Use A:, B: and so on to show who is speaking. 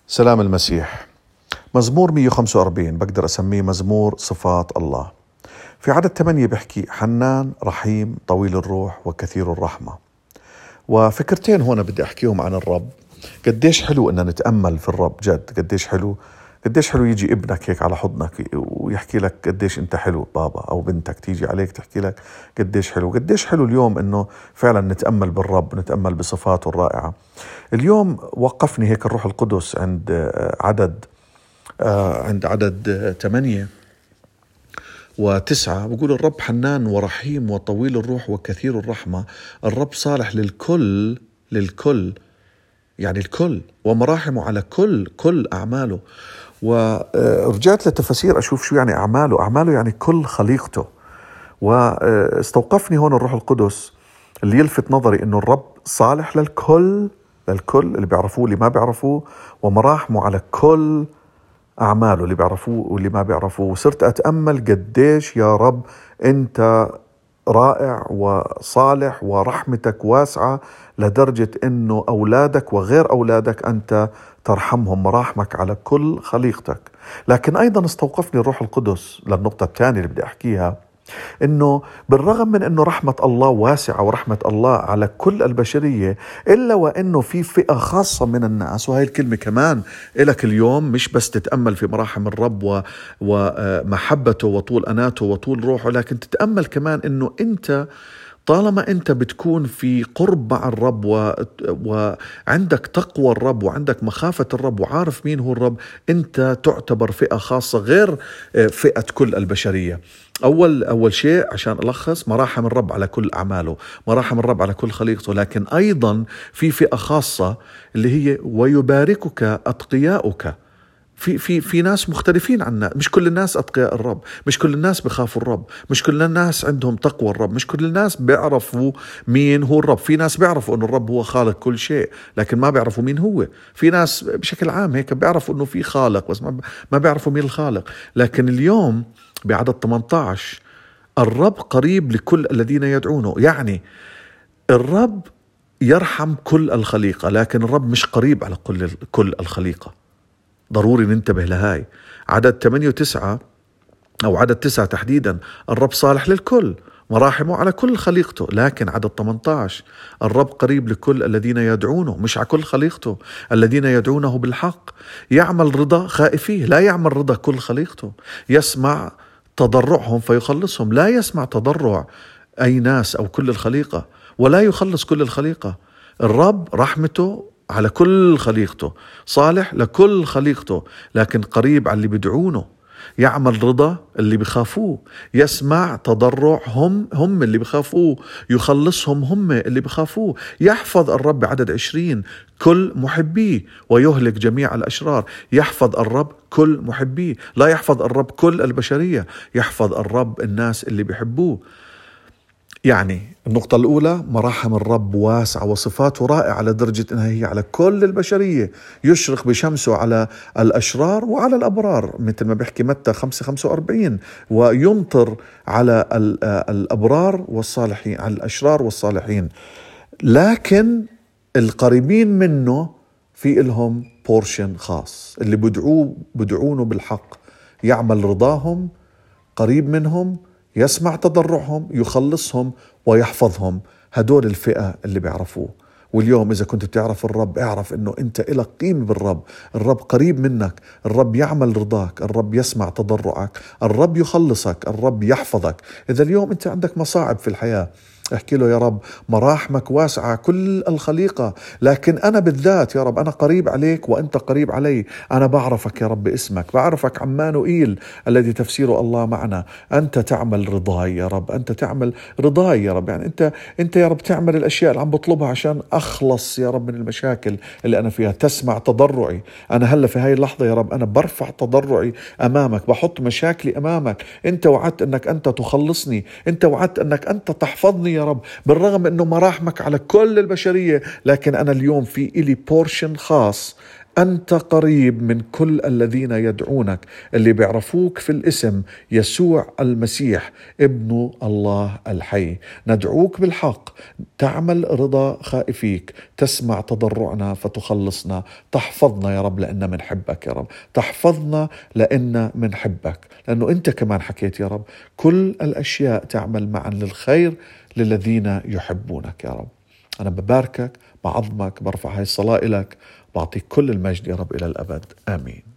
A: سلام المسيح. مزمور 145 بقدر أسميه مزمور صفات الله. في عدد 8 بيحكي حنان رحيم طويل الروح وكثير الرحمة. وفكرتين هون بدي أحكيهم عن الرب. قديش حلو أن نتأمل في الرب، جد قديش حلو يجي ابنك هيك على حضنك ويحكي لك قديش أنت حلو بابا، أو بنتك تيجي عليك تحكي لك قديش حلو اليوم أنه فعلا نتأمل بالرب، نتأمل بصفاته الرائعة. اليوم وقفني هيك الروح القدس عند عدد 8 و9، بقول الرب حنان ورحيم وطويل الروح وكثير الرحمة. الرب صالح للكل يعني الكل، ومراحمه على كل أعماله. ورجعت لتفسير أشوف شو يعني أعماله يعني كل خليقته. واستوقفني هون الروح القدس اللي يلفت نظري إنه الرب صالح للكل اللي بيعرفوه اللي ما بيعرفوه، ومراحمه على كل أعماله اللي بيعرفوه واللي ما بيعرفوه. وصرت أتأمل قديش يا رب أنت رائع وصالح ورحمتك واسعة لدرجة أنه أولادك وغير أولادك أنت ترحمهم، مراحمك على كل خليقتك. لكن أيضا استوقفني الروح القدس للنقطة الثانية اللي بدي أحكيها، إنه بالرغم من إنه رحمة الله واسعة ورحمة الله على كل البشرية، إلا وإنه في فئة خاصة من الناس، وهي الكلمة كمان إلك اليوم، مش بس تتأمل في مراحم الرب ومحبته وطول أناته وطول روحه، لكن تتأمل كمان إنه أنت طالما أنت بتكون في قرب مع الرب وعندك تقوى الرب وعندك مخافة الرب وعارف مين هو الرب، أنت تعتبر فئة خاصة غير فئة كل البشرية. أول شيء عشان ألخص، مراحم الرب على كل أعماله، مراحم الرب على كل خليقته. لكن أيضا في فئة خاصة اللي هي ويباركك أتقياؤك. في ناس مختلفين عنا، مش كل الناس أتقياء الرب، مش كل الناس بخافوا الرب، مش كل الناس عندهم تقوى الرب، مش كل الناس بيعرفوا مين هو الرب. في ناس بيعرفوا أن الرب هو خالق كل شيء لكن ما بيعرفوا مين هو. في ناس بشكل عام هيك بيعرفوا أنه في خالق بس ما بيعرفوا مين الخالق. لكن اليوم بعدد 18 الرب قريب لكل الذين يدعونه. يعني الرب يرحم كل الخليقة، لكن الرب مش قريب على كل الخليقة. ضروري ننتبه لهاي. عدد 8 و9 أو عدد 9 تحديدا، الرب صالح للكل، مراحمه على كل خليقته. لكن عدد 18 الرب قريب لكل الذين يدعونه، مش على كل خليقته، الذين يدعونه بالحق. يعمل رضا خائفيه، لا يعمل رضا كل خليقته. يسمع تضرعهم فيخلصهم، لا يسمع تضرع أي ناس أو كل الخليقة، ولا يخلص كل الخليقة. الرب رحمته على كل خليقته، صالح لكل خليقته، لكن قريب على اللي بيدعونه. يعمل رضا اللي بخافوه، يسمع تضرعهم هم اللي بخافوه، يخلصهم هم اللي بخافوه. يحفظ الرب عدد 20 كل محبيه ويهلك جميع الأشرار. يحفظ الرب كل محبيه، لا يحفظ الرب كل البشرية، يحفظ الرب الناس اللي بيحبوه. يعني النقطة الأولى، مراحم الرب واسعة وصفاته رائعة لدرجة أنها هي على كل البشرية. يشرق بشمسه على الأشرار وعلى الأبرار، مثل ما بيحكي متى 5:45، ويمطر على الأبرار والصالحين، على الأشرار والصالحين. لكن القريبين منه في إلهم بورشن خاص، اللي بدعونه بالحق، يعمل رضاهم، قريب منهم، يسمع تضرعهم، يخلصهم ويحفظهم. هدول الفئة اللي بيعرفوه. واليوم إذا كنت بتعرف الرب، اعرف إنه أنت إلك قيمة بالرب. الرب قريب منك، الرب يعمل رضاك، الرب يسمع تضرعك، الرب يخلصك، الرب يحفظك. إذا اليوم أنت عندك مصاعب في الحياة، احكي له يا رب مراحمك واسعة كل الخليقة، لكن أنا بالذات يا رب أنا قريب عليك وأنت قريب علي. أنا بعرفك يا رب باسمك، بعرفك عمانوئيل الذي تفسيره الله معنا. أنت تعمل رضاي يا رب، أنت تعمل رضاي يا رب. يعني أنت يا رب تعمل الأشياء اللي عم بطلبها عشان أخلص يا رب من المشاكل اللي أنا فيها. تسمع تضرعي. أنا هلأ في هاي اللحظة يا رب أنا برفع تضرعي أمامك، بحط مشاكلي أمامك. أنت وعدت أنك أنت تخلصني، أنت وعدت أنك أنت تحفظني يا رب. بالرغم أنه مراحمك على كل البشرية، لكن أنا اليوم في إلي بورشن خاص أنت قريب من كل الذين يدعونك، اللي بيعرفوك في الاسم يسوع المسيح ابن الله الحي. ندعوك بالحق، تعمل رضا خائفيك، تسمع تضرعنا فتخلصنا. تحفظنا يا رب لأن منحبك يا رب، تحفظنا لأن منحبك، لأنه أنت كمان حكيت يا رب كل الأشياء تعمل معا للخير للذين يحبونك يا رب. أنا بباركك، بعظمك، برفع هاي الصلاة إلك، بعطيك كل المجد يا رب إلى الأبد، آمين.